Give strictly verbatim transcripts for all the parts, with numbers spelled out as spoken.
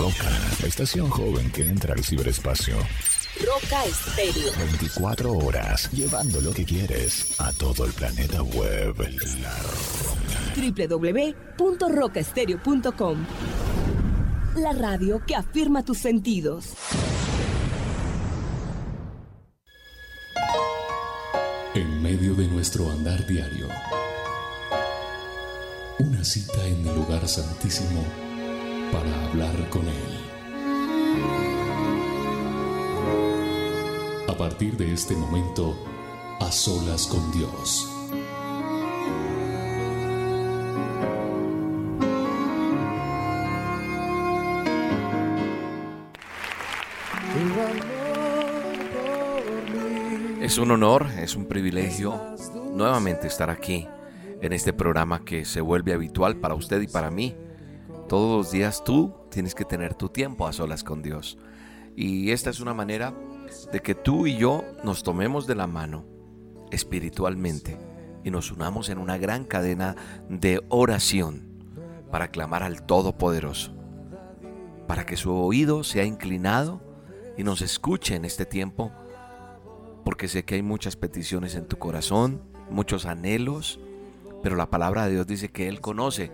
Roca, la estación joven que entra al ciberespacio. Roca Estéreo. veinticuatro horas, llevando lo que quieres a todo el planeta web. La Roca. doble u doble u doble u punto roca estéreo punto com. La radio que afirma tus sentidos. En medio de nuestro andar diario, una cita en el lugar santísimo para hablar con Él. A partir de este momento, a solas con Dios. Es un honor, es un privilegio nuevamente estar aquí en este programa que se vuelve habitual para usted y para mí. Todos los días tú tienes que tener tu tiempo a solas con Dios. Y esta es una manera de que tú y yo nos tomemos de la mano espiritualmente y nos unamos en una gran cadena de oración para clamar al Todopoderoso, para que su oído sea inclinado y nos escuche en este tiempo, porque sé que hay muchas peticiones en tu corazón, muchos anhelos, pero la palabra de Dios dice que Él conoce,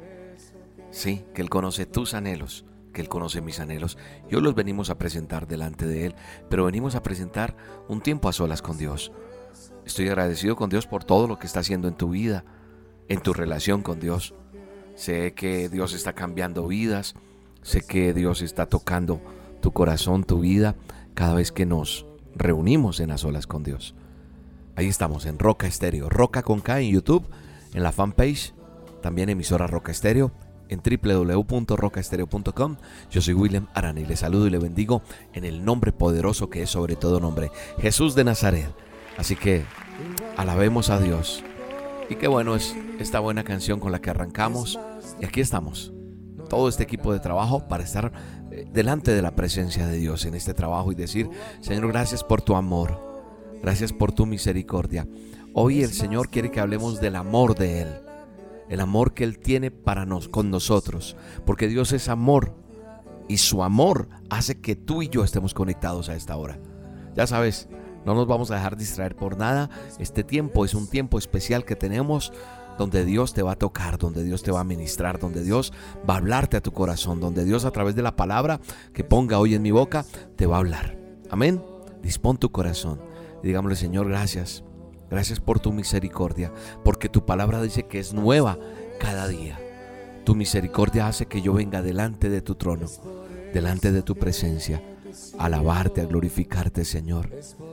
sí, que Él conoce tus anhelos, que Él conoce mis anhelos. Y hoy los venimos a presentar delante de Él, pero venimos a presentar un tiempo a solas con Dios. Estoy agradecido con Dios por todo lo que está haciendo en tu vida, en tu relación con Dios. Sé que Dios está cambiando vidas, sé que Dios está tocando tu corazón, tu vida, cada vez que nos reunimos en a solas con Dios. Ahí estamos en Roca Estéreo, Roca con K en YouTube, en la fanpage, también emisora Roca Estéreo, en doble u doble u doble u punto roca estéreo punto com. Yo soy William Arana y le saludo y le bendigo en el nombre poderoso que es sobre todo nombre, Jesús de Nazaret. Así que alabemos a Dios. Y qué bueno es esta buena canción con la que arrancamos. Y aquí estamos, todo este equipo de trabajo para estar delante de la presencia de Dios en este trabajo y decir: Señor, gracias por tu amor, gracias por tu misericordia. Hoy el Señor quiere que hablemos del amor de Él, el amor que Él tiene para nos, con nosotros, porque Dios es amor y su amor hace que tú y yo estemos conectados a esta hora. Ya sabes, no nos vamos a dejar distraer por nada. Este tiempo es un tiempo especial que tenemos, donde Dios te va a tocar, donde Dios te va a ministrar, donde Dios va a hablarte a tu corazón, donde Dios a través de la palabra que ponga hoy en mi boca te va a hablar. Amén. Dispón tu corazón y digámosle: Señor, gracias. Gracias por tu misericordia, porque tu palabra dice que es nueva cada día. Tu misericordia hace que yo venga delante de tu trono, delante de tu presencia, a alabarte, a glorificarte, Señor,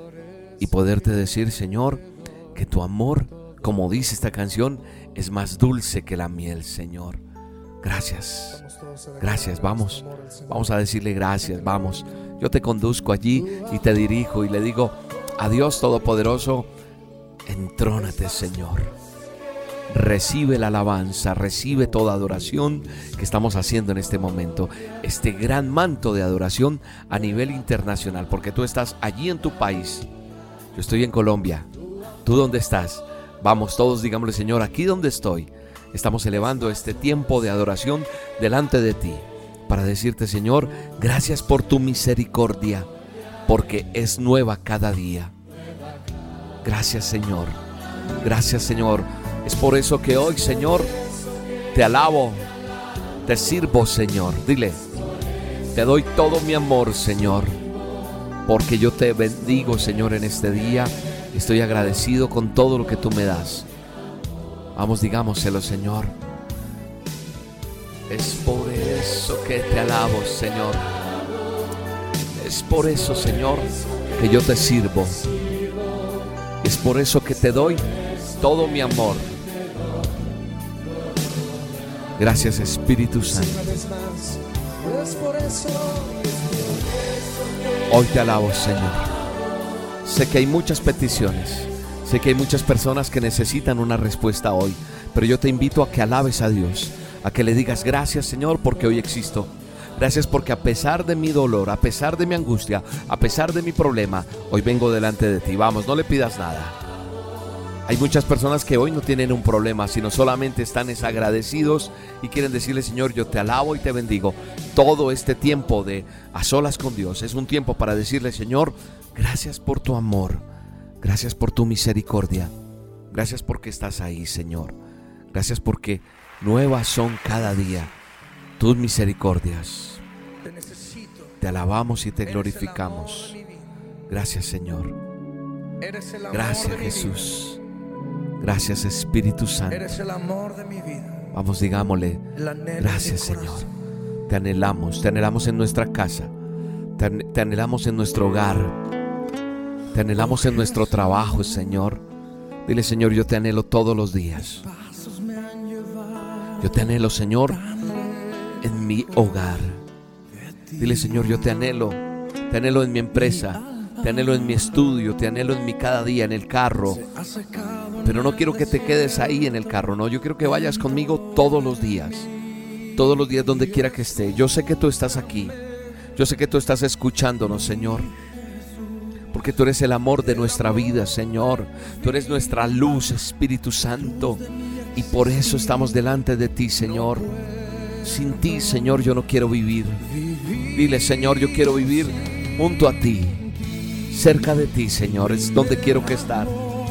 y poderte decir, Señor, que tu amor, como dice esta canción, es más dulce que la miel, Señor. Gracias, gracias, vamos, vamos a decirle gracias, vamos. Yo te conduzco allí y te dirijo y le digo: a Dios Todopoderoso, entrónate, Señor. Recibe la alabanza, recibe toda adoración que estamos haciendo en este momento, este gran manto de adoración a nivel internacional, porque tú estás allí en tu país, yo estoy en Colombia. ¿Tú dónde estás? Vamos todos, digámosle: Señor, aquí donde estoy, estamos elevando este tiempo de adoración delante de ti, para decirte: Señor, gracias por tu misericordia, porque es nueva cada día. Gracias, Señor, gracias, Señor. Es por eso que hoy, Señor, te alabo, te sirvo, Señor. Dile: te doy todo mi amor, Señor, porque yo te bendigo, Señor, en este día. Estoy agradecido con todo lo que tú me das. Vamos, digámoselo, Señor. Es por eso que te alabo, Señor. Es por eso, Señor, que yo te sirvo. Es por eso que te doy todo mi amor. Gracias, Espíritu Santo. Hoy te alabo, Señor. Sé que hay muchas peticiones, sé que hay muchas personas que necesitan una respuesta hoy, pero yo te invito a que alabes a Dios, a que le digas: gracias, Señor, porque hoy existo. Gracias porque a pesar de mi dolor, a pesar de mi angustia, a pesar de mi problema, hoy vengo delante de ti. Vamos, no le pidas nada. Hay muchas personas que hoy no tienen un problema, sino solamente están desagradecidos y quieren decirle: Señor, yo te alabo y te bendigo. Todo este tiempo de a solas con Dios es un tiempo para decirle: Señor, gracias por tu amor, gracias por tu misericordia, gracias porque estás ahí, Señor. Gracias porque nuevas son cada día tus misericordias. Te alabamos y te glorificamos. Gracias, Señor. Gracias, Jesús. Gracias, Espíritu Santo. Vamos, digámosle: gracias, Señor. Te anhelamos, te anhelamos en nuestra casa, te, an- te anhelamos en nuestro hogar, te anhelamos en nuestro trabajo, Señor. Dile: Señor, yo te anhelo todos los días. Yo te anhelo, Señor, en mi hogar. Dile: Señor, yo te anhelo, te anhelo en mi empresa, te anhelo en mi estudio, te anhelo en mi cada día, en el carro. Pero no quiero que te quedes ahí en el carro, no. Yo quiero que vayas conmigo todos los días, todos los días donde quiera que esté. Yo sé que tú estás aquí, yo sé que tú estás escuchándonos, Señor, porque tú eres el amor de nuestra vida, Señor. Tú eres nuestra luz, Espíritu Santo, y por eso estamos delante de ti, Señor. Sin ti, Señor, yo no quiero vivir. Dile: Señor, yo quiero vivir junto a ti, cerca de ti, Señor. Es donde quiero que estar.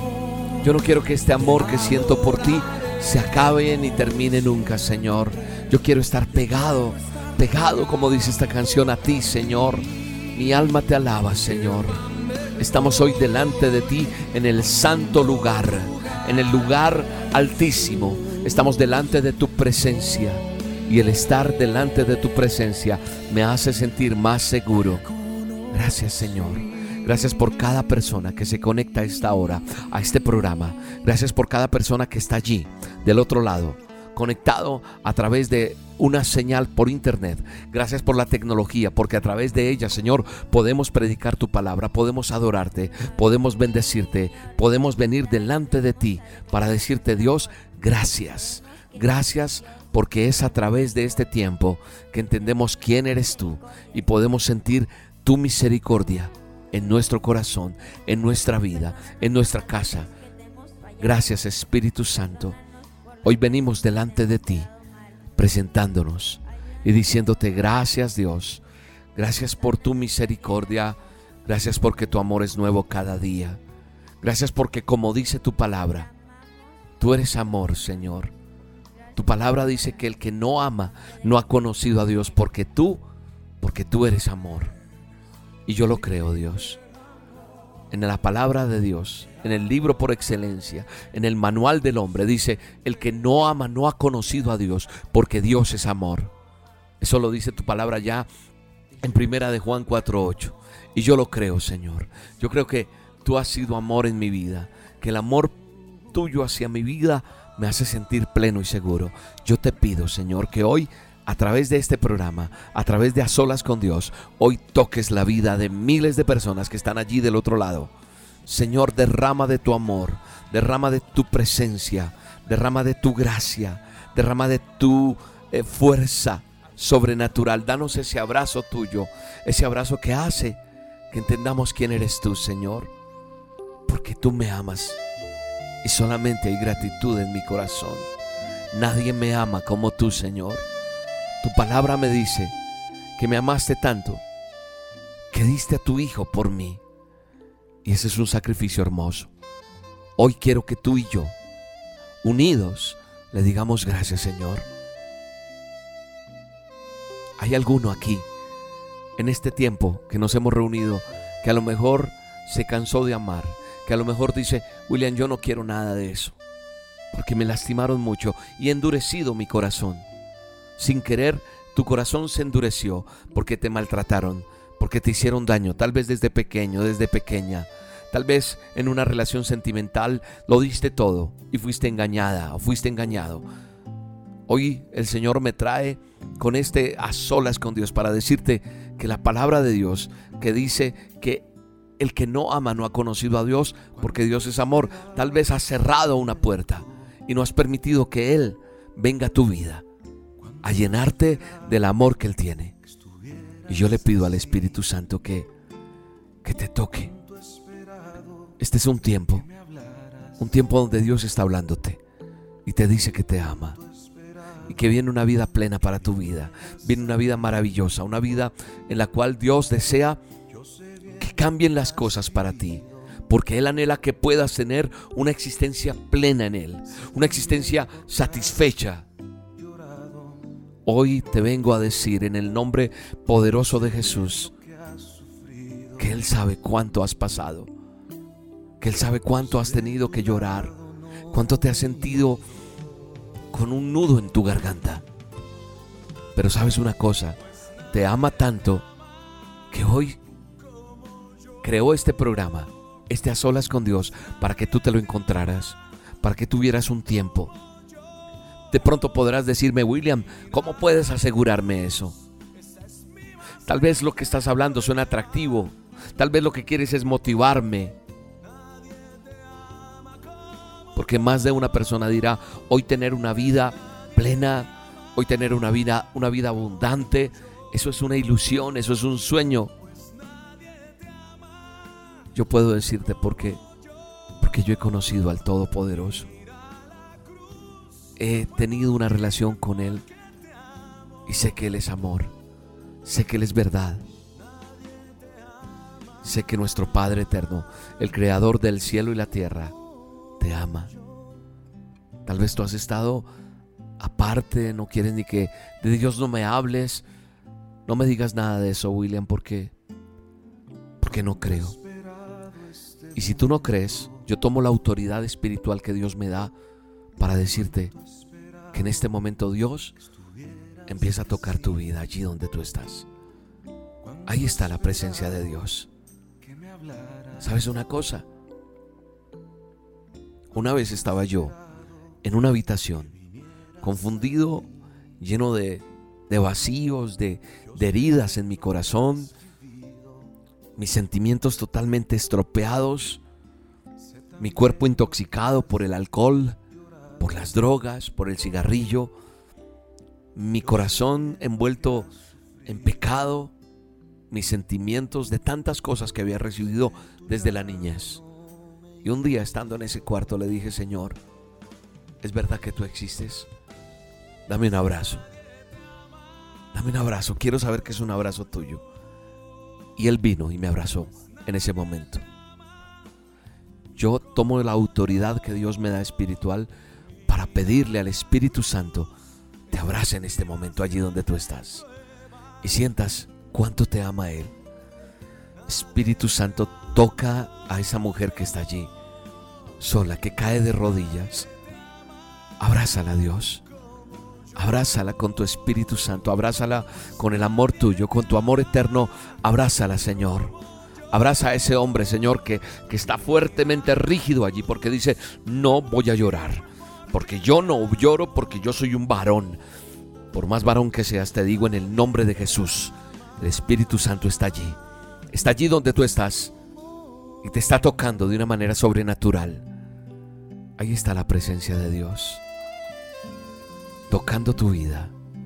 Yo no quiero que este amor que siento por ti se acabe ni termine nunca, Señor. Yo quiero estar pegado, pegado, como dice esta canción, a ti, Señor. Mi alma te alaba, Señor. Estamos hoy delante de ti en el santo lugar, en el lugar altísimo. Estamos delante de tu presencia, y el estar delante de tu presencia me hace sentir más seguro. Gracias, Señor. Gracias por cada persona que se conecta a esta hora, a este programa. Gracias por cada persona que está allí, del otro lado, conectado a través de una señal por internet. Gracias por la tecnología, porque a través de ella, Señor, podemos predicar tu palabra, podemos adorarte, podemos bendecirte, podemos venir delante de ti para decirte: Dios, gracias. Gracias, porque es a través de este tiempo que entendemos quién eres tú y podemos sentir tu misericordia en nuestro corazón, en nuestra vida, en nuestra casa. Gracias, Espíritu Santo. Hoy venimos delante de ti, presentándonos y diciéndote: gracias, Dios. Gracias por tu misericordia. Gracias porque tu amor es nuevo cada día. Gracias porque, como dice tu palabra, tú eres amor, Señor. Tu palabra dice que el que no ama no ha conocido a Dios, porque tú, porque tú eres amor. Y yo lo creo, Dios. En la palabra de Dios, en el libro por excelencia, en el manual del hombre, dice: el que no ama no ha conocido a Dios, porque Dios es amor. Eso lo dice tu palabra ya en primera de Juan cuatro ocho. Y yo lo creo, Señor. Yo creo que tú has sido amor en mi vida, que el amor tuyo hacia mi vida me hace sentir pleno y seguro. Yo te pido, Señor, que hoy, a través de este programa, a través de A Solas con Dios, hoy toques la vida de miles de personas que están allí del otro lado. Señor, derrama de tu amor, derrama de tu presencia, derrama de tu gracia, derrama de tu eh, fuerza sobrenatural. Danos ese abrazo tuyo, ese abrazo que hace que entendamos quién eres tú, Señor, porque tú me amas y solamente hay gratitud en mi corazón. Nadie me ama como tú, Señor. Tu palabra me dice que me amaste tanto que diste a tu Hijo por mí. Y ese es un sacrificio hermoso. Hoy quiero que tú y yo, unidos, le digamos: gracias, Señor. ¿Hay alguno aquí, en este tiempo que nos hemos reunido, que a lo mejor se cansó de amar? Que a lo mejor dice: William, yo no quiero nada de eso, porque me lastimaron mucho y he endurecido mi corazón. Sin querer, tu corazón se endureció porque te maltrataron, porque te hicieron daño, tal vez desde pequeño, desde pequeña. Tal vez en una relación sentimental lo diste todo y fuiste engañada o fuiste engañado. Hoy el Señor me trae con este A Solas con Dios para decirte que la palabra de Dios, que dice que el que no ama no ha conocido a Dios, porque Dios es amor, tal vez has cerrado una puerta y no has permitido que Él venga a tu vida a llenarte del amor que Él tiene. Y yo le pido al Espíritu Santo que, que te toque. Este es un tiempo Un tiempo donde Dios está hablándote y te dice que te ama y que viene una vida plena para tu vida. Viene una vida maravillosa, una vida en la cual Dios desea que cambien las cosas para ti, porque Él anhela que puedas tener una existencia plena en Él, una existencia satisfecha. Hoy te vengo a decir en el nombre poderoso de Jesús que Él sabe cuánto has pasado, que Él sabe cuánto has tenido que llorar, cuánto te has sentido con un nudo en tu garganta. Pero sabes una cosa, te ama tanto que hoy creó este programa, este A Solas con Dios, para que tú te lo encontraras, para que tuvieras un tiempo. De pronto podrás decirme: William, ¿cómo puedes asegurarme eso? Tal vez lo que estás hablando suena atractivo, tal vez lo que quieres es motivarme, porque más de una persona dirá: hoy tener una vida plena, hoy tener una vida, una vida abundante, eso es una ilusión, eso es un sueño. Yo puedo decirte por qué, porque yo he conocido al Todopoderoso. He tenido una relación con Él y sé que Él es amor, sé que Él es verdad. Sé que nuestro Padre eterno, el creador del cielo y la tierra, te ama. Tal vez tú has estado aparte, no quieres ni que de Dios no me hables. No me digas nada de eso, William, porque, porque no creo. Y si tú no crees, yo tomo la autoridad espiritual que Dios me da para decirte que en este momento Dios empieza a tocar tu vida allí donde tú estás. Ahí está la presencia de Dios. ¿Sabes una cosa? Una vez estaba yo en una habitación, confundido, lleno de, de vacíos, de, de heridas en mi corazón, mis sentimientos totalmente estropeados, mi cuerpo intoxicado por el alcohol, por las drogas, por el cigarrillo, mi corazón envuelto en pecado, mis sentimientos de tantas cosas que había recibido desde la niñez. Y un día, estando en ese cuarto, le dije: Señor, ¿es verdad que tú existes? Dame un abrazo. Dame un abrazo. Quiero saber que es un abrazo tuyo. Y Él vino y me abrazó en ese momento. Yo tomo la autoridad que Dios me da espiritual para pedirle al Espíritu Santo te abrace en este momento allí donde tú estás y sientas cuánto te ama Él. Espíritu Santo, toca a esa mujer que está allí sola, que cae de rodillas. Abrázala, Dios. Abrázala con tu Espíritu Santo. Abrázala con el amor tuyo, con tu amor eterno. Abrázala, Señor. Abraza a ese hombre, Señor, que, que está fuertemente rígido allí, porque dice: no voy a llorar, porque yo no lloro, porque yo soy un varón. Por más varón que seas, te digo en el nombre de Jesús, el Espíritu Santo está allí. Está allí donde tú estás y te está tocando de una manera sobrenatural. Ahí está la presencia de Dios, tocando tu vida.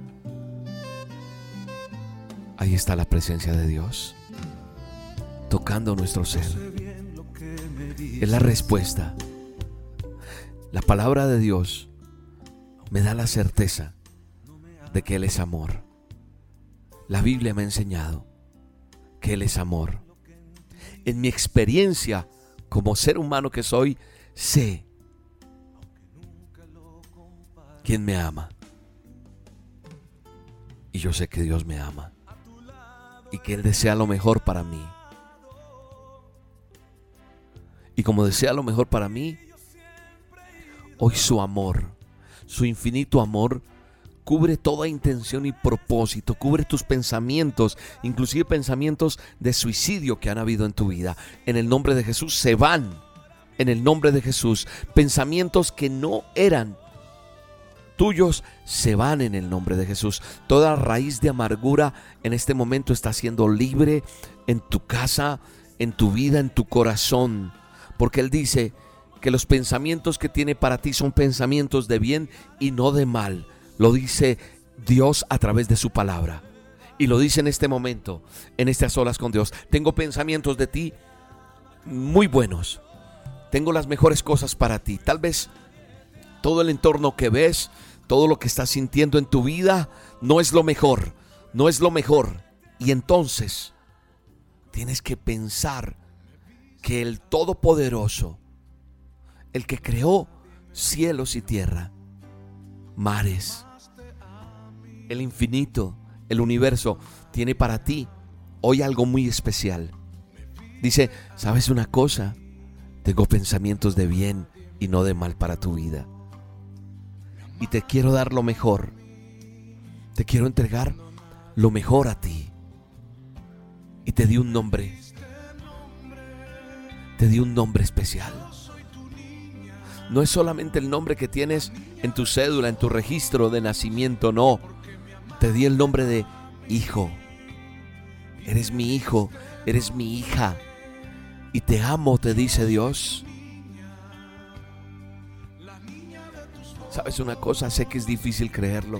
Ahí está la presencia de Dios, tocando nuestro ser. Es la respuesta. La palabra de Dios me da la certeza de que Él es amor. La Biblia me ha enseñado que Él es amor. En mi experiencia como ser humano que soy, sé quién me ama. Y yo sé que Dios me ama y que Él desea lo mejor para mí. Y como desea lo mejor para mí, hoy su amor, su infinito amor, cubre toda intención y propósito, cubre tus pensamientos, inclusive pensamientos de suicidio que han habido en tu vida. En el nombre de Jesús se van, en el nombre de Jesús. Pensamientos que no eran tuyos se van en el nombre de Jesús. Toda raíz de amargura en este momento está siendo libre en tu casa, en tu vida, en tu corazón, porque Él dice que los pensamientos que tiene para ti son pensamientos de bien y no de mal. Lo dice Dios a través de su palabra. Y lo dice en este momento, en este A Solas con Dios. Tengo pensamientos de ti muy buenos. tengo las mejores cosas para ti. Tal vez todo el entorno que ves, todo lo que estás sintiendo en tu vida no es lo mejor, no es lo mejor. Y entonces tienes que pensar que el Todopoderoso, el que creó cielos y tierra, mares, el infinito, el universo, tiene para ti hoy algo muy especial. Dice, ¿sabes una cosa? Tengo pensamientos de bien y no de mal para tu vida. Y te quiero dar lo mejor. Te quiero entregar lo mejor a ti. Y te di un nombre. Te di un nombre especial. No es solamente el nombre que tienes en tu cédula, en tu registro de nacimiento, no. Te di el nombre de hijo. Eres mi hijo, eres mi hija. Y te amo, te dice Dios. ¿Sabes una cosa? Sé que es difícil creerlo.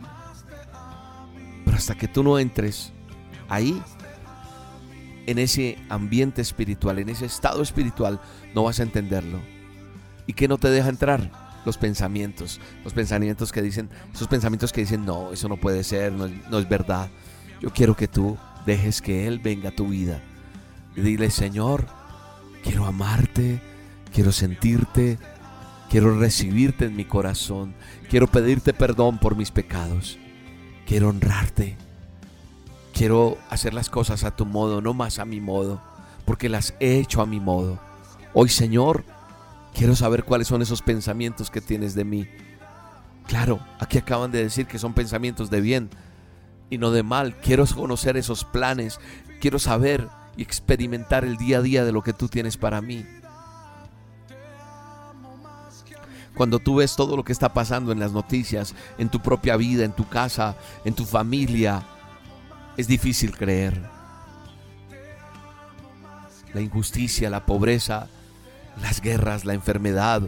Pero hasta que tú no entres ahí, en ese ambiente espiritual, en ese estado espiritual, no vas a entenderlo. ¿Y qué no te deja entrar? Los pensamientos. Los pensamientos que dicen, esos pensamientos que dicen, no, eso no puede ser, no, no es verdad. Yo quiero que tú dejes que Él venga a tu vida. Y dile, Señor, quiero amarte, quiero sentirte, quiero recibirte en mi corazón, quiero pedirte perdón por mis pecados, quiero honrarte, quiero hacer las cosas a tu modo, no más a mi modo, porque las he hecho a mi modo. Hoy, Señor, quiero saber cuáles son esos pensamientos que tienes de mí. Claro, aquí acaban de decir que son pensamientos de bien y no de mal. Quiero conocer esos planes, quiero saber y experimentar el día a día de lo que tú tienes para mí. Cuando tú ves todo lo que está pasando en las noticias, en tu propia vida, en tu casa, en tu familia, es difícil creer. La injusticia, la pobreza, las guerras, la enfermedad.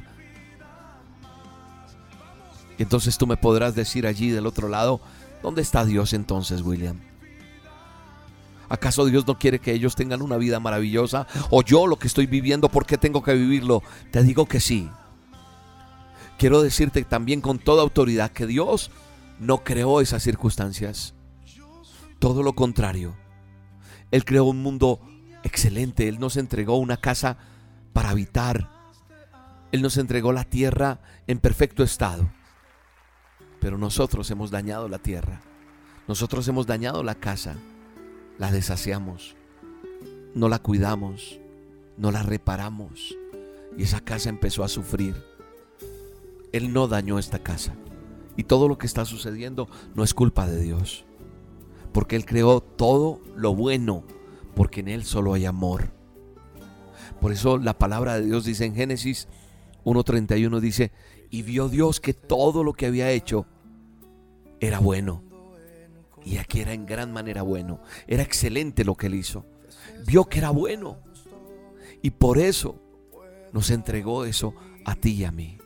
Y entonces tú me podrás decir allí del otro lado, ¿dónde está Dios entonces, William? ¿Acaso Dios no quiere que ellos tengan una vida maravillosa? ¿O yo lo que estoy viviendo, por qué tengo que vivirlo? Te digo que sí. Quiero decirte también con toda autoridad que Dios no creó esas circunstancias. Todo lo contrario. Él creó un mundo excelente. Él nos entregó una casa para habitar. Él nos entregó la tierra en perfecto estado. Pero nosotros hemos dañado la tierra. Nosotros hemos dañado la casa. La desaseamos. No la cuidamos. No la reparamos. Y esa casa empezó a sufrir. Él no dañó esta casa. Y todo lo que está sucediendo no es culpa de Dios. Porque Él creó todo lo bueno. Porque en Él solo hay amor. Por eso la palabra de Dios dice en Génesis uno treinta y uno, dice, y vio Dios que todo lo que había hecho era bueno. Y aquí era en gran manera bueno. Era excelente lo que Él hizo. Vio que era bueno. Y por eso nos entregó eso a ti y a mí.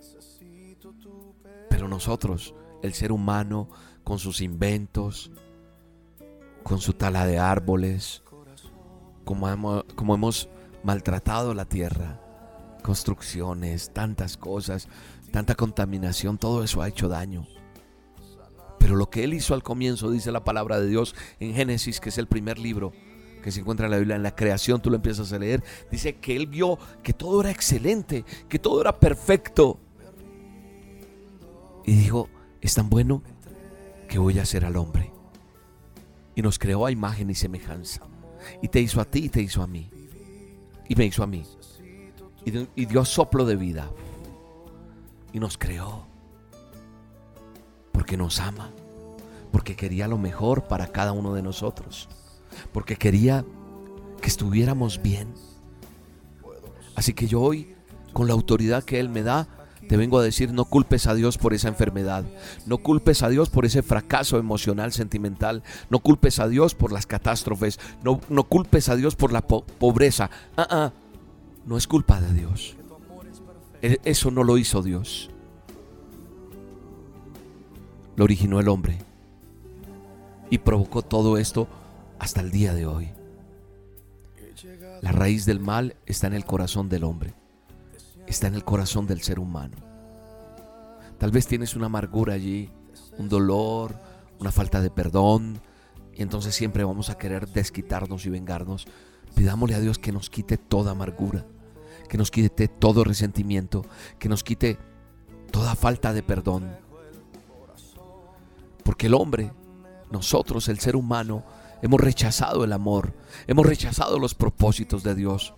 Pero nosotros, el ser humano, con sus inventos, con su tala de árboles, como hemos, como hemos maltratado la tierra, construcciones, tantas cosas, tanta contaminación, todo eso ha hecho daño. Pero lo que Él hizo al comienzo, dice la palabra de Dios en Génesis, que es el primer libro que se encuentra en la Biblia, en la creación, tú lo empiezas a leer, dice que Él vio que todo era excelente, que todo era perfecto. Y dijo, es tan bueno que voy a hacer al hombre. Y nos creó a imagen y semejanza. Y te hizo a ti y te hizo a mí. Y me hizo a mí. Y, y dio soplo de vida. Y nos creó. Porque nos ama. Porque quería lo mejor para cada uno de nosotros. Porque quería que estuviéramos bien. Así que yo hoy, con la autoridad que Él me da, te vengo a decir, no culpes a Dios por esa enfermedad. No culpes a Dios por ese fracaso emocional, sentimental. No culpes a Dios por las catástrofes. No, no culpes a Dios por la po- pobreza. Ah, ah, no es culpa de Dios. Eso no lo hizo Dios. Lo originó el hombre. Y provocó todo esto hasta el día de hoy. La raíz del mal está en el corazón del hombre. está en el corazón del ser humano. Tal vez tienes una amargura allí, un dolor, una falta de perdón, y entonces siempre vamos a querer desquitarnos y vengarnos. Pidámosle a Dios que nos quite toda amargura, que nos quite todo resentimiento, que nos quite toda falta de perdón. Porque el hombre, nosotros, el ser humano, hemos rechazado el amor, hemos rechazado los propósitos de Dios.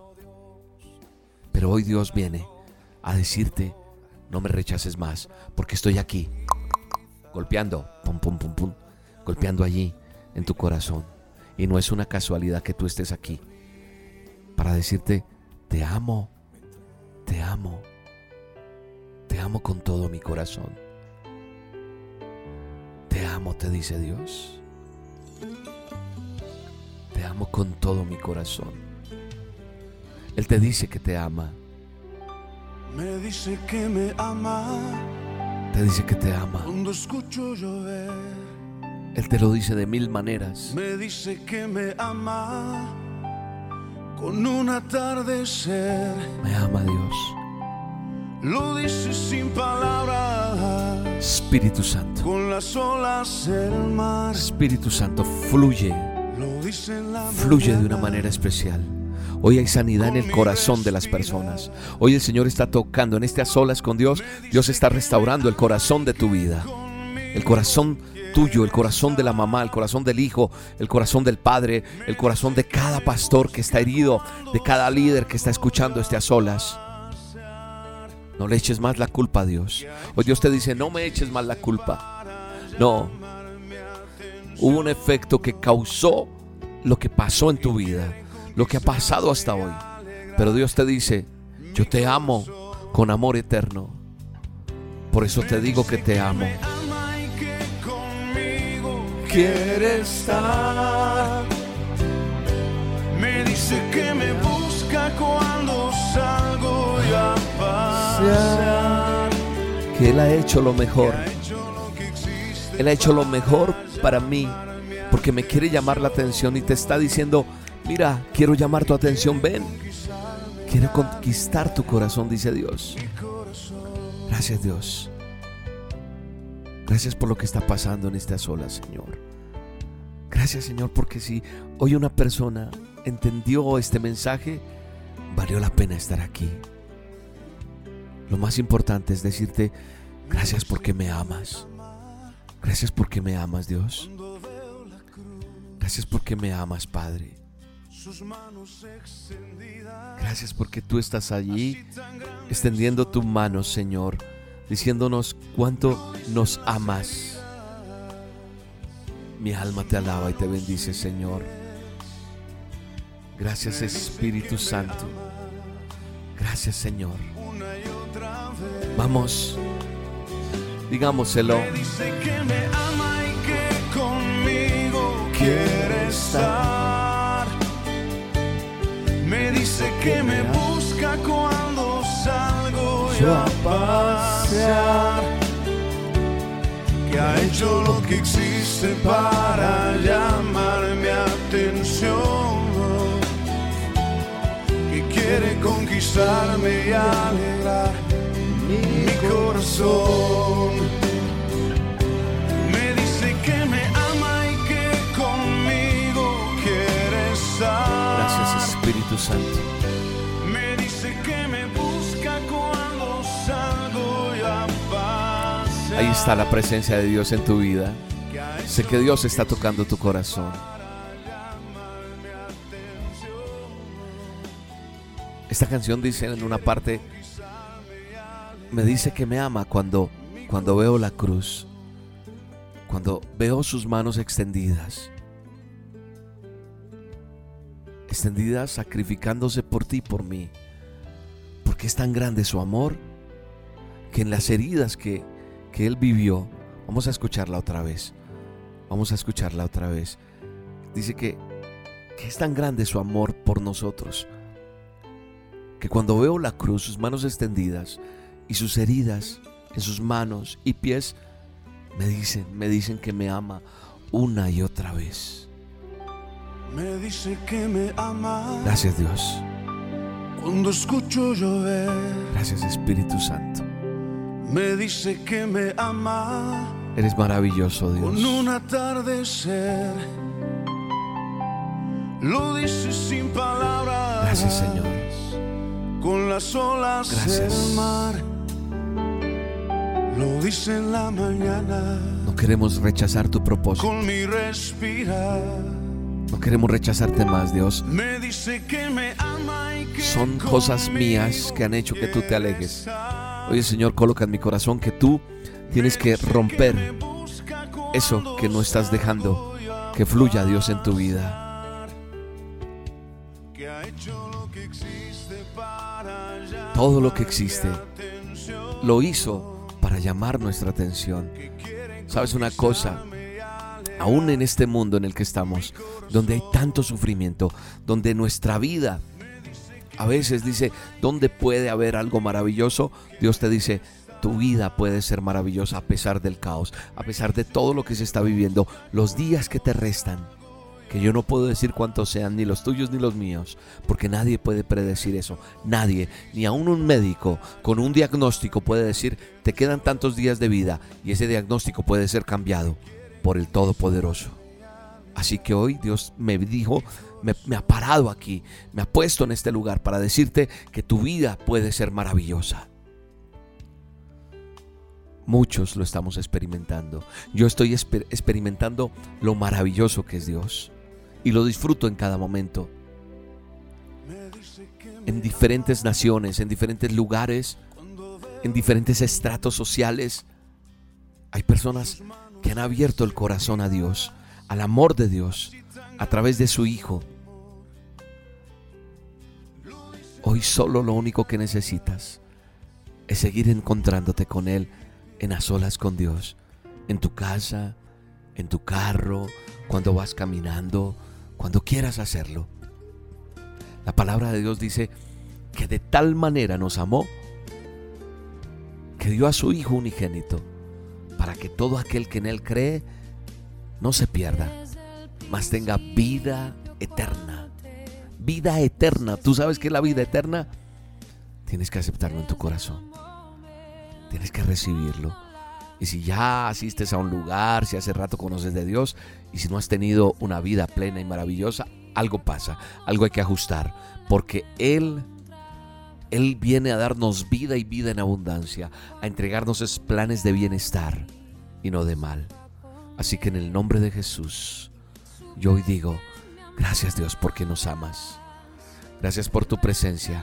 Pero hoy Dios viene a decirte: no me rechaces más, porque estoy aquí, golpeando, pum, pum, pum, pum, golpeando allí en tu corazón. Y no es una casualidad que tú estés aquí para decirte: te amo, te amo, te amo con todo mi corazón. Te amo, te dice Dios. Te amo con todo mi corazón. Él te dice que te ama. Me dice que me ama. Te dice que te ama. Cuando escucho llover. Él te lo dice de mil maneras. Me dice que me ama. Con un atardecer. Me ama Dios. Lo dice sin palabras. Espíritu Santo. Con las olas del mar. Espíritu Santo, fluye. Lo dice en la Fluye mañana. de una manera especial. Hoy hay sanidad en el corazón de las personas. Hoy el Señor está tocando en este a solas con Dios. Dios está restaurando el corazón de tu vida. El corazón tuyo, el corazón de la mamá, el corazón del hijo, el corazón del padre, el corazón de cada pastor que está herido, de cada líder que está escuchando este a solas. No le eches más la culpa a Dios. Hoy Dios te dice: no me eches más la culpa. No. Hubo un efecto que causó lo que pasó en tu vida, lo que ha pasado hasta hoy. Pero Dios te dice: yo te amo con amor eterno. Por eso te digo que te amo. Quiere estar. Me dice que me busca cuando salgo yo a pasear. Que Él ha hecho lo mejor. Él ha hecho lo mejor para mí, porque me quiere llamar la atención y te está diciendo: mira, quiero llamar tu atención, ven. Quiero conquistar tu corazón, dice Dios. Gracias, Dios. Gracias por lo que está pasando en esta sola, Señor. Gracias, Señor, porque si hoy una persona entendió este mensaje, valió la pena estar aquí. Lo más importante es decirte: gracias porque me amas. Gracias porque me amas, Dios. Gracias porque me amas, Padre. Gracias porque tú estás allí extendiendo tu mano, Señor, diciéndonos cuánto nos amas. Mi alma te alaba y te bendice, Señor. Gracias, Espíritu Santo. Gracias, Señor. Vamos, digámoselo. Me dice que me ama y que conmigo quiere estar. Me dice que me busca cuando salgo yo a pasear. Que ha hecho lo que existe para llamar mi atención. Que quiere conquistarme y alegrar mi corazón. Me dice que me ama y que conmigo quiere estar. Gracias, Espíritu Santo. Me dice que me busca cuando salgo y a pasear. Ahí está la presencia de Dios en tu vida. Sé que Dios está tocando tu corazón. Esta canción dice en una parte: me dice que me ama cuando, cuando veo la cruz, cuando veo sus manos extendidas, extendidas sacrificándose por ti y por mí, porque es tan grande su amor que en las heridas que, que Él vivió. Vamos a escucharla otra vez, vamos a escucarla otra vez. Dice que, que es tan grande su amor por nosotros, que cuando veo la cruz, sus manos extendidas y sus heridas en sus manos y pies, me dicen, me dicen que me ama una y otra vez. Me dice que me ama. Gracias, Dios. Cuando escucho llover, Gracias, Espíritu Santo. me dice que me ama. Eres maravilloso, Dios. Con un atardecer, lo dice sin palabras. Gracias, Señor. Con las olas Gracias. del mar, lo dice en la mañana. No queremos rechazar tu propósito. Con mi respirar, No queremos rechazarte más, Dios. me dice que me ama y que Son cosas conmigo mías que han hecho que tú te alejes. está. Oye, Señor, coloca en mi corazón que tú tienes que romper eso que no estás dejando que fluya, Dios, en tu vida. Que ha hecho lo que existe para llamar Todo lo que existe atención. lo hizo para llamar nuestra atención. ¿Sabes una cosa? Aún en este mundo en el que estamos, donde hay tanto sufrimiento, donde nuestra vida a veces dice, ¿dónde puede haber algo maravilloso? Dios te dice, tu vida puede ser maravillosa a pesar del caos, a pesar de todo lo que se está viviendo, los días que te restan, que yo no puedo decir cuántos sean, ni los tuyos ni los míos, porque nadie puede predecir eso, nadie, ni aún un médico con un diagnóstico puede decir, te quedan tantos días de vida, y ese diagnóstico puede ser cambiado por el Todopoderoso. Así que hoy Dios me dijo, me, me ha parado aquí, me ha puesto en este lugar para decirte que tu vida puede ser maravillosa. Muchos lo estamos experimentando. Yo estoy exper- experimentando lo maravilloso que es Dios y lo disfruto en cada momento. En diferentes naciones, en diferentes lugares, en diferentes estratos sociales, hay personas que han abierto el corazón a Dios, al amor de Dios, a través de su Hijo. Hoy solo lo único que necesitas es seguir encontrándote con Él en a solas con Dios, en tu casa, en tu carro, cuando vas caminando, cuando quieras hacerlo. La palabra de Dios dice que de tal manera nos amó que dio a su Hijo unigénito, para que todo aquel que en Él cree no se pierda, mas tenga vida eterna. Vida eterna. ¿Tú sabes qué es la vida eterna? Tienes que aceptarlo en tu corazón. Tienes que recibirlo. Y si ya asistes a un lugar, si hace rato conoces de Dios, y si no has tenido una vida plena y maravillosa, algo pasa, algo hay que ajustar, porque Él Él viene a darnos vida y vida en abundancia, a entregarnos esos planes de bienestar y no de mal. Así que en el nombre de Jesús, yo hoy digo, gracias Dios porque nos amas. Gracias por tu presencia.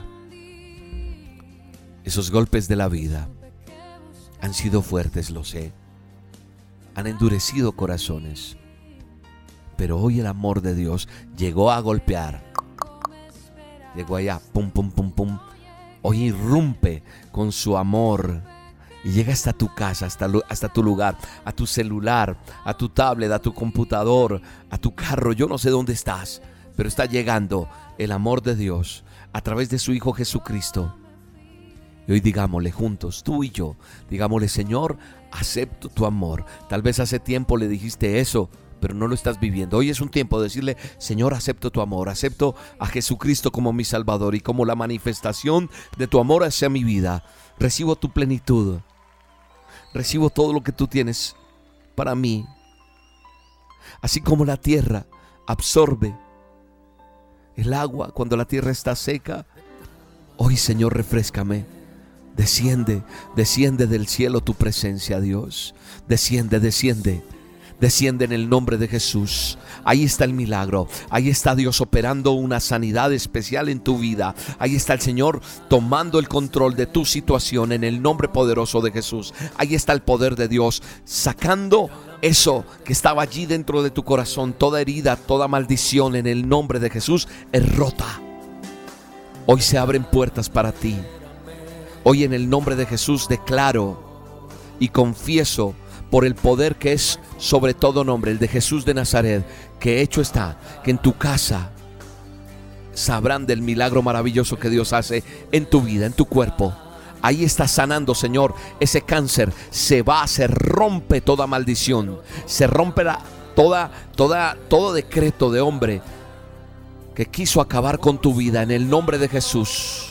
Esos golpes de la vida han sido fuertes, lo sé. Han endurecido corazones. Pero hoy el amor de Dios llegó a golpear. Llegó allá, pum, pum, pum, pum. Hoy irrumpe con su amor y llega hasta tu casa, hasta, hasta tu lugar, a tu celular, a tu tablet, a tu computador, a tu carro. Yo no sé dónde estás, pero está llegando el amor de Dios a través de su Hijo Jesucristo. Y hoy digámosle juntos, tú y yo, digámosle, Señor, acepto tu amor. Tal vez hace tiempo le dijiste eso, pero no lo estás viviendo. Hoy es un tiempo de decirle, Señor, acepto tu amor, acepto a Jesucristo como mi Salvador y como la manifestación de tu amor hacia mi vida. Recibo tu plenitud, recibo todo lo que tú tienes para mí. Así como la tierra absorbe el agua cuando la tierra está seca, hoy, Señor, refréscame. Desciende, desciende del cielo tu presencia, Dios. Desciende, desciende. Desciende en el nombre de Jesús. Ahí está el milagro. Ahí está Dios operando una sanidad especial en tu vida. Ahí está el Señor tomando el control de tu situación en el nombre poderoso de Jesús. Ahí está el poder de Dios sacando eso que estaba allí dentro de tu corazón. Toda herida, toda maldición en el nombre de Jesús es rota. Hoy se abren puertas para ti. Hoy en el nombre de Jesús declaro y confieso por el poder que es sobre todo nombre, el de Jesús de Nazaret, que hecho está, que en tu casa sabrán del milagro maravilloso que Dios hace en tu vida, en tu cuerpo. Ahí está sanando, Señor, ese cáncer se va, se rompe toda maldición, se rompe la, toda, toda, todo decreto de hombre que quiso acabar con tu vida, en el nombre de Jesús.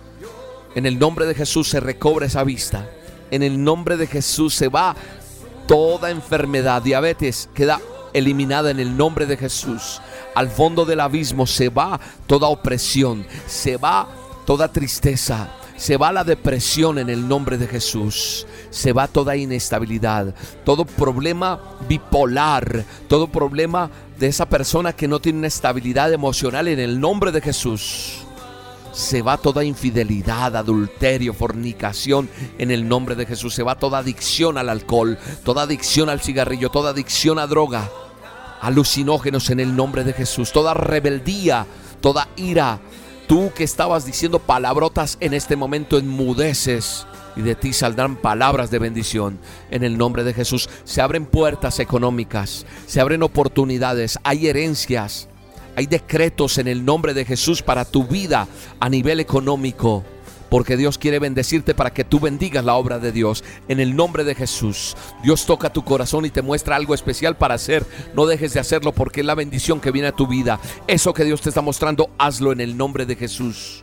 En el nombre de Jesús se recobra esa vista. En el nombre de Jesús se va toda enfermedad. Diabetes queda eliminada en el nombre de Jesús. Al fondo del abismo se va toda opresión, se va toda tristeza, se va la depresión en el nombre de Jesús. Se va toda inestabilidad, todo problema bipolar, todo problema de esa persona que no tiene una estabilidad emocional en el nombre de Jesús. Se va toda infidelidad, adulterio, fornicación en el nombre de Jesús. Se va toda adicción al alcohol, toda adicción al cigarrillo, toda adicción a droga, alucinógenos en el nombre de Jesús. Toda rebeldía, toda ira. Tú que estabas diciendo palabrotas, en este momento enmudeces y de ti saldrán palabras de bendición en el nombre de Jesús. Se abren puertas económicas, se abren oportunidades, hay herencias, hay decretos en el nombre de Jesús para tu vida a nivel económico, porque Dios quiere bendecirte para que tú bendigas la obra de Dios en el nombre de Jesús. Dios toca tu corazón y te muestra algo especial para hacer. No dejes de hacerlo, porque es la bendición que viene a tu vida. Eso que Dios te está mostrando, hazlo en el nombre de Jesús.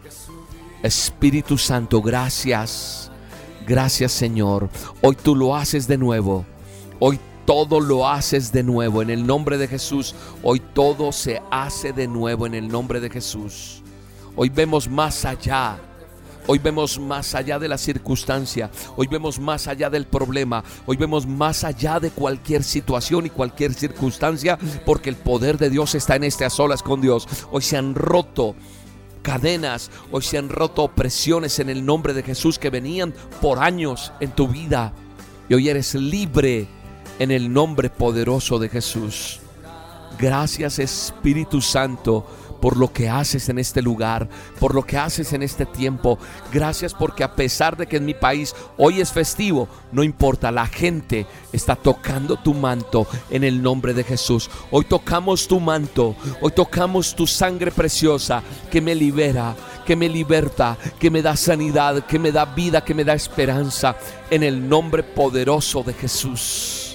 Espíritu Santo, gracias. Gracias, Señor. Hoy tú lo haces de nuevo. Hoy todo lo haces de nuevo en el nombre de Jesús. Hoy todo se hace de nuevo en el nombre de Jesús. Hoy vemos más allá. Hoy vemos más allá de la circunstancia. Hoy vemos más allá del problema. Hoy vemos más allá de cualquier situación y cualquier circunstancia, porque el poder de Dios está en este a solas con Dios. Hoy se han roto cadenas, hoy se han roto opresiones en el nombre de Jesús que venían por años en tu vida, y hoy eres libre en el nombre poderoso de Jesús. Gracias, Espíritu Santo, por lo que haces en este lugar, por lo que haces en este tiempo. Gracias porque a pesar de que en mi país hoy es festivo, no importa, la gente está tocando tu manto en el nombre de Jesús. Hoy tocamos tu manto, hoy tocamos tu sangre preciosa que me libera, que me liberta, que me da sanidad, que me da vida, que me da esperanza en el nombre poderoso de Jesús.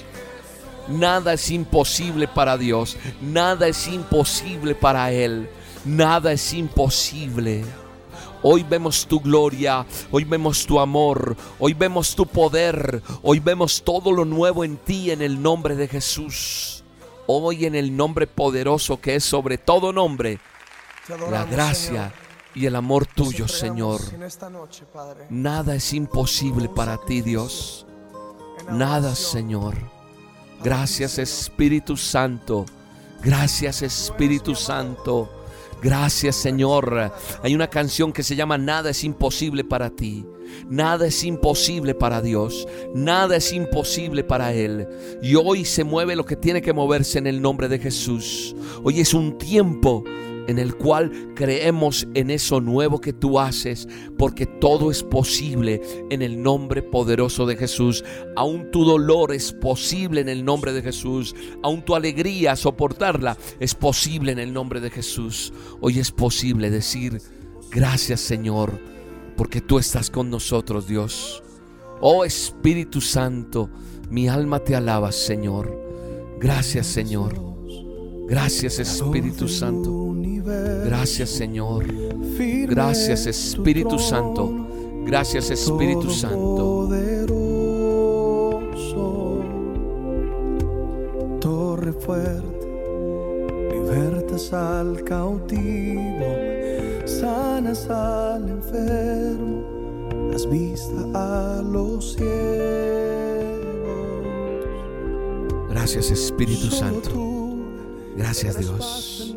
Nada es imposible para Dios, nada es imposible para Él, nada es imposible. Hoy vemos tu gloria, hoy vemos tu amor, hoy vemos tu poder, hoy vemos todo lo nuevo en ti en el nombre de Jesús. Hoy en el nombre poderoso que es sobre todo nombre, la gracia y el amor tuyo, Señor. Nada es imposible para ti, Dios. Nada, Señor. Gracias, Espíritu Santo. Gracias, Espíritu Santo. Gracias, Señor. Hay una canción que se llama Nada es imposible para ti. Nada es imposible para Dios. Nada es imposible para Él. Y hoy se mueve lo que tiene que moverse en el nombre de Jesús. Hoy es un tiempo en el cual creemos en eso nuevo que tú haces, porque todo es posible en el nombre poderoso de Jesús. Aún tu dolor es posible en el nombre de Jesús. Aún tu alegría, soportarla, es posible en el nombre de Jesús. Hoy es posible decir gracias, Señor, porque tú estás con nosotros, Dios. Oh Espíritu Santo, mi alma te alaba, Señor. Gracias, Señor. Gracias, Espíritu Santo. Gracias, Señor. Gracias, Espíritu Santo. Gracias, Espíritu Santo. Torre fuerte, libertas al cautivo, sanas al enfermo, das vista a los ciegos. Gracias, Espíritu Santo. Gracias, Dios.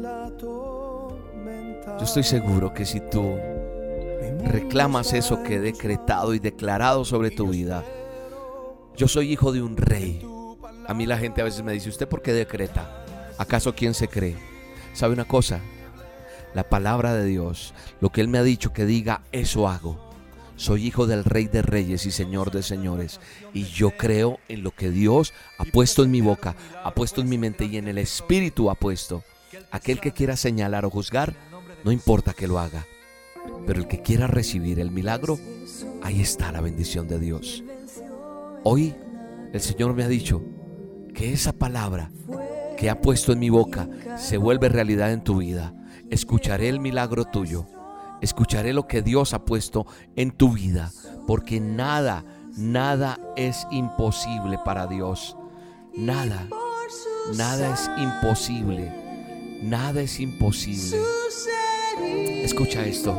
Yo estoy seguro que si tú reclamas eso que he decretado y declarado sobre tu vida, yo soy hijo de un rey. A mí la gente a veces me dice, ¿usted por qué decreta? ¿Acaso quién se cree? ¿Sabe una cosa? La palabra de Dios, lo que Él me ha dicho que diga, eso hago. Soy hijo del Rey de Reyes y Señor de Señores, y yo creo en lo que Dios ha puesto en mi boca, ha puesto en mi mente y en el Espíritu ha puesto. Aquel que quiera señalar o juzgar, no importa que lo haga, pero el que quiera recibir el milagro, ahí está la bendición de Dios. Hoy el Señor me ha dicho que esa palabra que ha puesto en mi boca se vuelve realidad en tu vida. escucharé el milagro tuyo, escucharé lo que Dios ha puesto en tu vida, porque nada, nada es imposible para Dios. Nada, nada es imposible, nada es imposible. Escucha esto.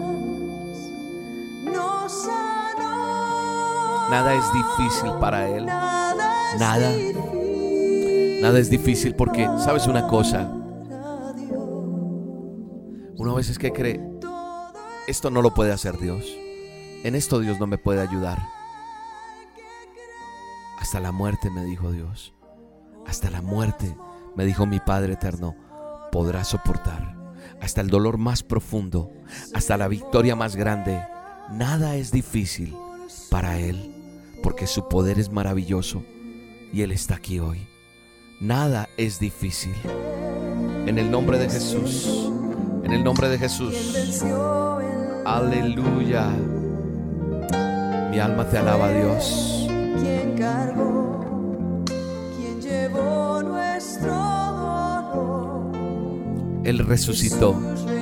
Nada es difícil para Él. Nada. Nada es difícil porque, ¿sabes una cosa? Uno a veces que cree, esto no lo puede hacer Dios. En esto Dios no me puede ayudar. Hasta la muerte, me dijo Dios. Hasta la muerte, me dijo mi Padre eterno, podrás soportar. Hasta el dolor más profundo, hasta la victoria más grande. Nada es difícil para Él, porque su poder es maravilloso y Él está aquí hoy. Nada es difícil. En el nombre de Jesús, en el nombre de Jesús. Aleluya. Mi alma te alaba, Dios. Quien cargó, quien llevó nuestro dolor. Él resucitó.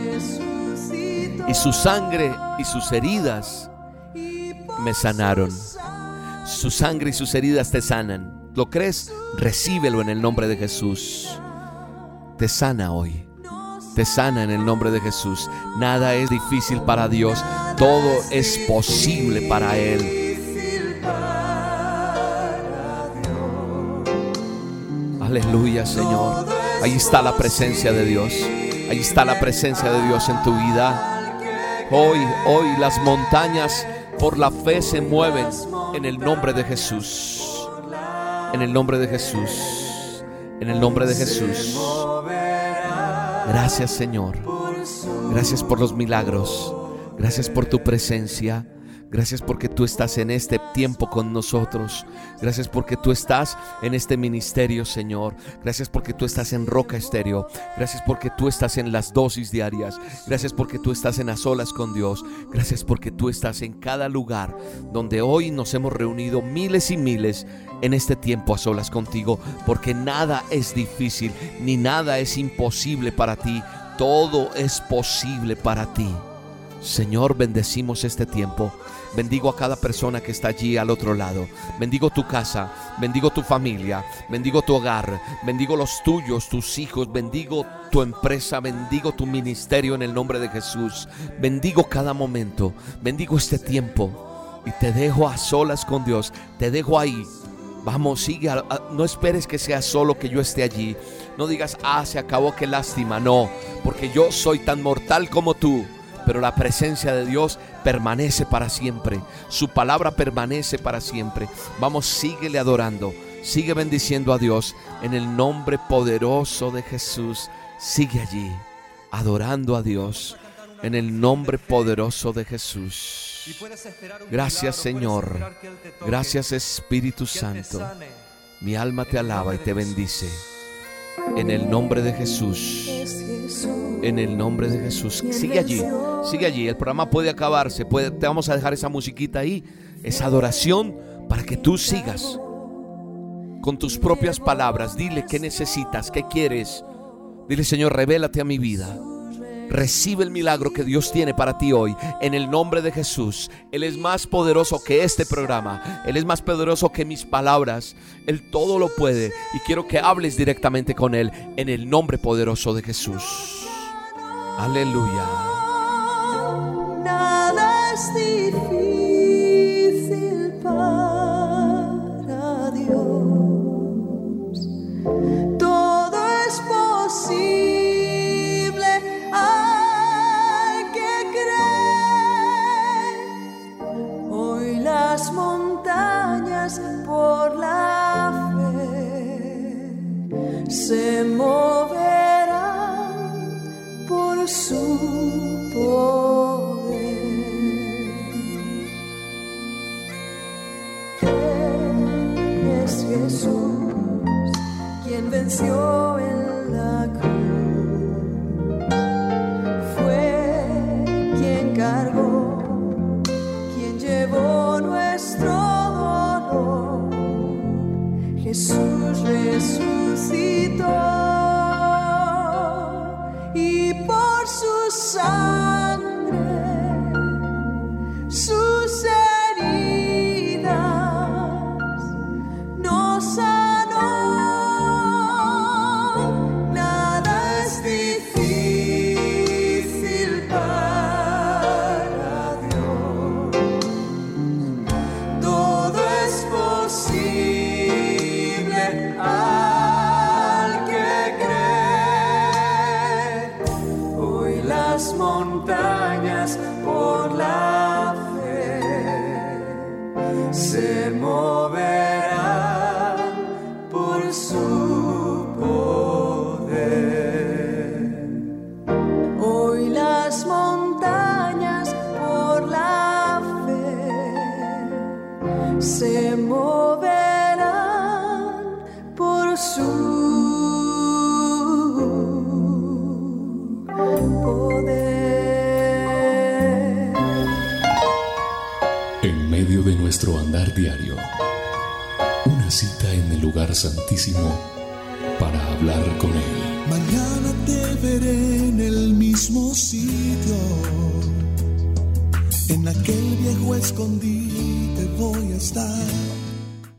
Y su sangre y sus heridas me sanaron. Su sangre y sus heridas te sanan. ¿Lo crees? Recíbelo en el nombre de Jesús. Te sana hoy. Te sana en el nombre de Jesús. Nada es difícil para Dios. Todo es posible para Él. Aleluya, Señor. Ahí está la presencia de Dios. Ahí está la presencia de Dios en tu vida. Hoy, hoy las montañas por la fe se mueven en el nombre de Jesús. En el nombre de Jesús. En el nombre de Jesús. Gracias, Señor. Gracias por los milagros. Gracias por tu presencia. Gracias porque tú estás en este tiempo con nosotros. Gracias porque tú estás en este ministerio, Señor. Gracias porque tú estás en Roca Estéreo. Gracias porque tú estás en las dosis diarias. Gracias porque tú estás en A Solas con Dios. Gracias porque tú estás en cada lugar donde hoy nos hemos reunido miles y miles en este tiempo a solas contigo. Porque nada es difícil ni nada es imposible para ti. Todo es posible para ti. Señor, bendecimos este tiempo. Bendigo a cada persona que está allí al otro lado. Bendigo tu casa, bendigo tu familia, bendigo tu hogar, bendigo los tuyos, tus hijos, bendigo tu empresa, bendigo tu ministerio en el nombre de Jesús. Bendigo cada momento, bendigo este tiempo y te dejo a solas con Dios. Te dejo ahí. Vamos, sigue, a, a, no esperes que sea solo que yo esté allí. No digas, ah, se acabó, qué lástima. No, porque yo soy tan mortal como tú. Pero la presencia de Dios permanece para siempre. Su palabra permanece para siempre. Vamos, síguele adorando. Sigue bendiciendo a Dios en el nombre poderoso de Jesús. Sigue allí adorando a Dios en el nombre poderoso de Jesús. Gracias, Señor. Gracias, Espíritu Santo. Mi alma te alaba y te bendice. En el nombre de Jesús. En el nombre de Jesús. Sigue allí, sigue allí. El programa puede acabarse, puede, te vamos a dejar esa musiquita ahí, esa adoración, para que tú sigas con tus propias palabras. Dile qué necesitas, qué quieres. Dile, Señor, revélate a mi vida. Recibe el milagro que Dios tiene para ti hoy en el nombre de Jesús. Él es más poderoso que este programa. Él es más poderoso que mis palabras. Él todo lo puede y quiero que hables directamente con Él en el nombre poderoso de Jesús. Aleluya. Nada es difícil para Dios. Todo es posible. Las montañas por la fe se moverán por su poder. las montañas por la fe se moverán por su poder. Hoy las montañas por la fe se moverán por su poder. En medio de nuestro andar diario, una cita en el lugar santísimo para hablar con Él. Mañana te veré en el mismo sitio, en aquel viejo escondite voy a estar.